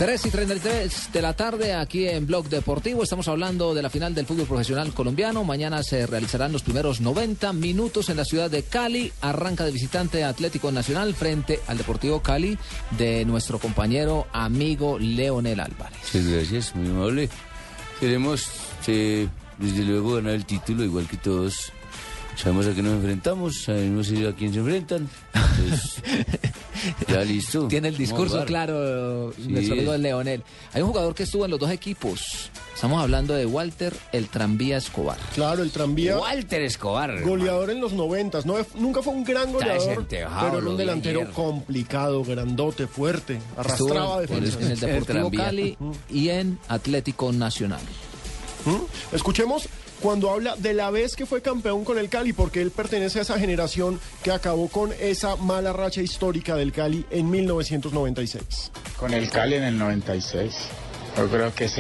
3:33 de la tarde aquí en Blog Deportivo. Estamos hablando de la final del fútbol profesional colombiano. Mañana se realizarán los primeros 90 minutos en la ciudad de Cali. Arranca de visitante Atlético Nacional frente al Deportivo Cali de nuestro compañero amigo Leonel Álvarez. Muchas gracias, muy amable. Queremos, desde luego, ganar el título igual que todos. Sabemos a qué nos enfrentamos, sabemos a quién se enfrentan. Entonces, ya listo. Tiene el discurso claro, nuestro amigo Leonel. Hay un jugador que estuvo en los dos equipos. Estamos hablando de Walter el Tranvía Escobar. Claro, el Tranvía. Walter Escobar. Goleador en los 90s. No, nunca fue un gran goleador, pero era un delantero complicado, grandote, fuerte. Arrastraba defensas. En el Deportivo Cali y en Atlético Nacional. Escuchemos cuando habla de la vez que fue campeón con el Cali, porque él pertenece a esa generación que acabó con esa mala racha histórica del Cali en 1996. Con el Cali en el 96. Yo creo que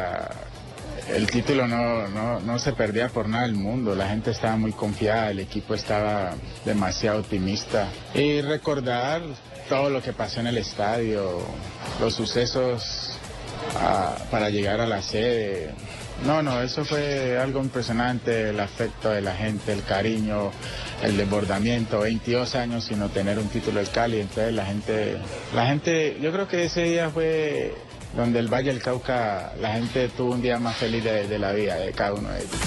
el título no se perdía por nada del mundo. La gente estaba muy confiada, el equipo estaba demasiado optimista. Y recordar todo lo que pasó en el estadio, los sucesos para llegar a la sede. No, eso fue algo impresionante, el afecto de la gente, el cariño, el desbordamiento, 22 años sin obtener un título del Cali, entonces la gente, yo creo que ese día fue donde el Valle del Cauca, la gente tuvo un día más feliz de la vida de cada uno de ellos.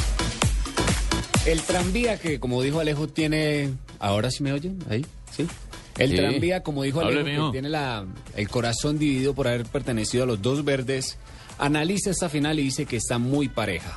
El tranvía que, como dijo Alejo, tiene... ¿Ahora sí me oyen? ¿Ahí? ¿Sí? El tranvía, como dijo Alejo, que tiene el corazón dividido por haber pertenecido a los dos verdes, analiza esta final y dice que está muy pareja.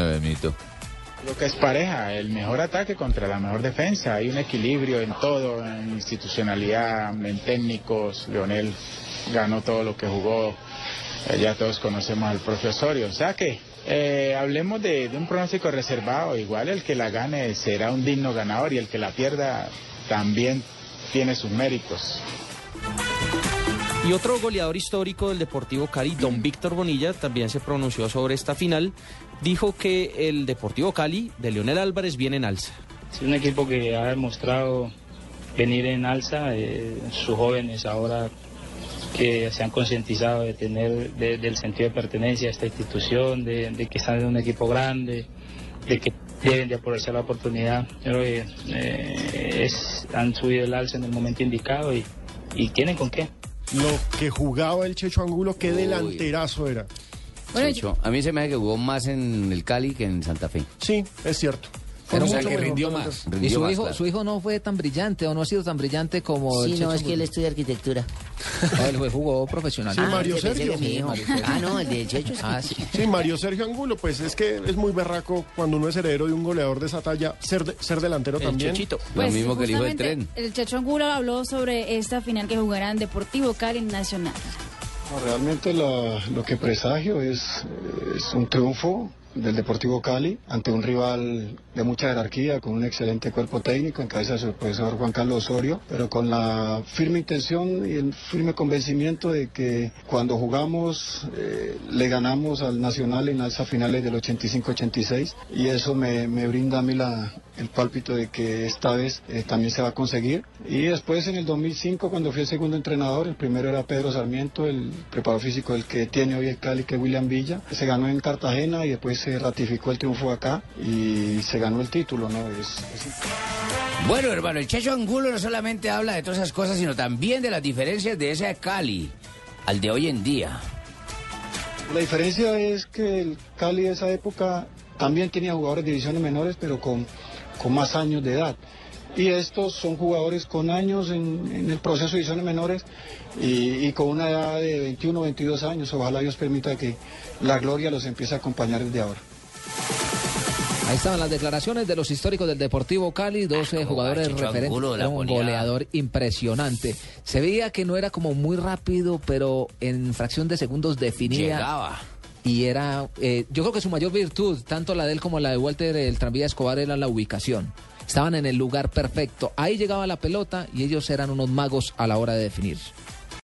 Lo que es pareja, el mejor ataque contra la mejor defensa. Hay un equilibrio en todo, en institucionalidad, en técnicos. Leonel ganó todo lo que jugó. Ya todos conocemos al profe Osorio. O sea que hablemos de un pronóstico reservado. Igual el que la gane será un digno ganador y el que la pierda también tiene sus méritos. Y otro goleador histórico del Deportivo Cali, don Víctor Bonilla, también se pronunció sobre esta final. Dijo que el Deportivo Cali de Leonel Álvarez viene en alza. Es un equipo que ha demostrado venir en alza. Sus jóvenes ahora que se han concientizado de tener del sentido de pertenencia a esta institución, de que están en un equipo grande, de que deben de aprovechar la oportunidad. Creo que han subido el alza en el momento indicado y tienen con qué. Lo que jugaba el Checho Angulo, qué delanterazo era. Bueno, Checho, a mí se me hace que jugó más en el Cali que en Santa Fe. Sí, es cierto. Pero o sea, que rindió más. Y su hijo no fue tan brillante, o no ha sido tan brillante como el Checho. Sí, no, es que él estudia arquitectura. Él jugó profesional. Sí, Mario Sergio. No, el de Checho. Sí. Sí, Mario Sergio Angulo, pues es que es muy berraco cuando uno es heredero de un goleador de esa talla, ser delantero también. Chechito. Pues, lo mismo que el hijo del tren. El Checho Angulo habló sobre esta final que jugarán Deportivo Cali Nacional. No, realmente lo que presagio es un triunfo del Deportivo Cali ante un rival de mucha jerarquía, con un excelente cuerpo técnico en cabeza de su profesor Juan Carlos Osorio, pero con la firme intención y el firme convencimiento de que cuando jugamos le ganamos al Nacional en alza finales del 85-86, y eso me brinda a mí el pálpito de que esta vez también se va a conseguir. Y después en el 2005, cuando fui el segundo entrenador, el primero era Pedro Sarmiento, el preparador físico, el que tiene hoy el Cali, que es William Villa. Se ganó en Cartagena y después se ratificó el triunfo acá y se ganó el título, ¿no? Bueno, hermano, el Checho Angulo no solamente habla de todas esas cosas, sino también de las diferencias de ese Cali al de hoy en día. La diferencia es que el Cali de esa época también tenía jugadores de divisiones menores, pero con más años de edad. Y estos son jugadores con años en el proceso de divisiones menores y con una edad de 21, 22 años. Ojalá Dios permita que la gloria los empiece a acompañar desde ahora. Ahí estaban las declaraciones de los históricos del Deportivo Cali, 12 jugadores referentes, un goleador impresionante. Se veía que no era como muy rápido, pero en fracción de segundos definía. Llegaba. Y era, yo creo que su mayor virtud, tanto la de él como la de Walter el Tranvía Escobar, era la ubicación. Estaban en el lugar perfecto. Ahí llegaba la pelota y ellos eran unos magos a la hora de definir.